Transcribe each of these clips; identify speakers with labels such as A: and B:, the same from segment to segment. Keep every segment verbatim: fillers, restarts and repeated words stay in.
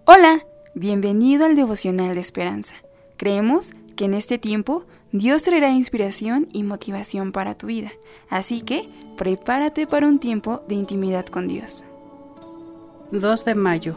A: Hola, bienvenido al Devocional de Esperanza. Creemos que en este tiempo Dios traerá inspiración y motivación para tu vida, así que prepárate para un tiempo de intimidad con Dios.
B: dos de mayo.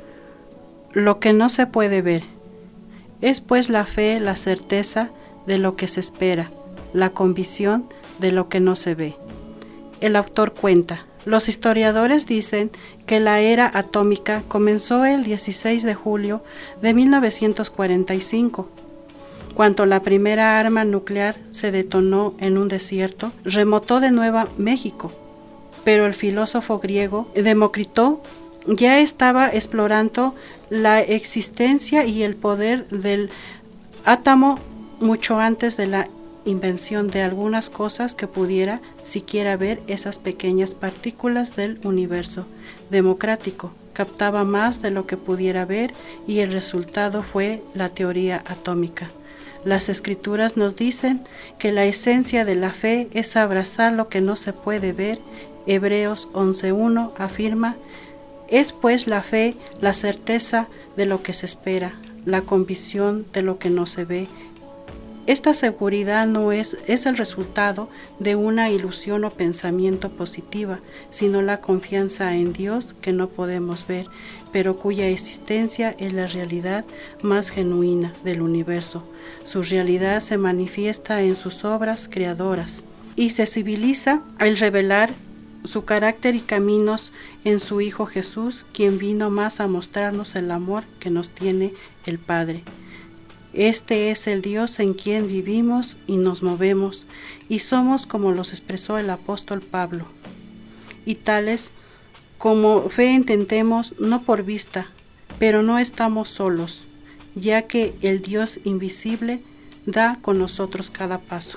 B: Lo que no se puede ver. Es pues la fe, la certeza de lo que se espera, la convicción de lo que no se ve. El autor cuenta: los historiadores dicen que la era atómica comenzó el dieciséis de julio de mil novecientos cuarenta y cinco, cuando la primera arma nuclear se detonó en un desierto remoto de Nueva México. Pero el filósofo griego Demócrito ya estaba explorando la existencia y el poder del átomo mucho antes de la invención de algunas cosas que pudiera siquiera ver esas pequeñas partículas del universo. Democrático captaba más de lo que pudiera ver y el resultado fue la teoría atómica. Las escrituras nos dicen que la esencia de la fe es abrazar lo que no se puede ver. Hebreos once uno afirma: es pues la fe la certeza de lo que se espera, la convicción de lo que no se ve. Esta seguridad no es, es el resultado de una ilusión o pensamiento positiva, sino la confianza en Dios que no podemos ver, pero cuya existencia es la realidad más genuina del universo. Su realidad se manifiesta en sus obras creadoras y se civiliza al revelar su carácter y caminos en su Hijo Jesús, quien vino más a mostrarnos el amor que nos tiene el Padre. Este es el Dios en quien vivimos y nos movemos, y somos como los expresó el apóstol Pablo. Y tales como fe entendemos no por vista, pero no estamos solos, ya que el Dios invisible da con nosotros cada paso.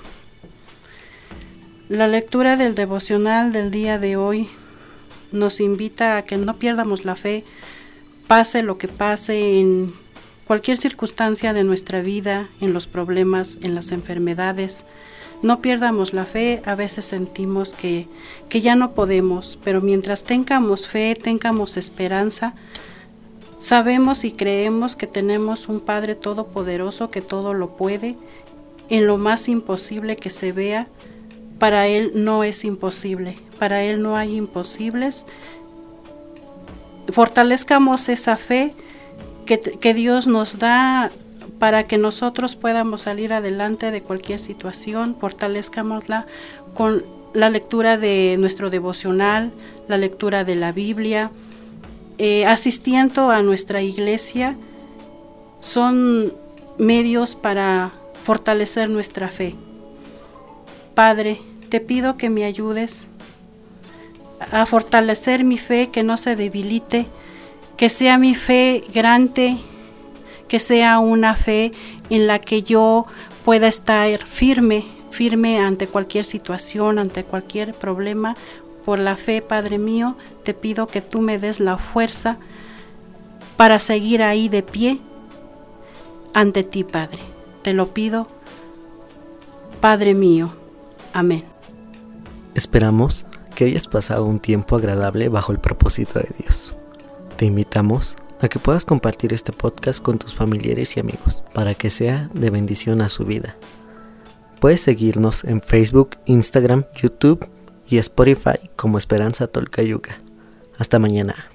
B: La lectura del devocional del día de hoy nos invita a que no pierdamos la fe, pase lo que pase en cualquier circunstancia de nuestra vida, en los problemas, en las enfermedades. No pierdamos la fe. A veces sentimos que, que ya no podemos, pero mientras tengamos fe, tengamos esperanza, sabemos y creemos que tenemos un Padre todopoderoso que todo lo puede. En lo más imposible que se vea, para Él no es imposible, para Él no hay imposibles. Fortalezcamos esa fe que, que Dios nos da para que nosotros podamos salir adelante de cualquier situación. Fortalezcámosla con la lectura de nuestro devocional, la lectura de la Biblia, eh, asistiendo a nuestra iglesia. Son medios para fortalecer nuestra fe. Padre, te pido que me ayudes a fortalecer mi fe, que no se debilite, que sea mi fe grande, que sea una fe en la que yo pueda estar firme, firme ante cualquier situación, ante cualquier problema. Por la fe, Padre mío, te pido que tú me des la fuerza para seguir ahí de pie ante ti, Padre. Te lo pido, Padre mío. Amén.
C: Esperamos que hayas pasado un tiempo agradable bajo el propósito de Dios. Te invitamos a que puedas compartir este podcast con tus familiares y amigos para que sea de bendición a su vida. Puedes seguirnos en Facebook, Instagram, YouTube y Spotify como Esperanza Tolcayuca. Hasta mañana.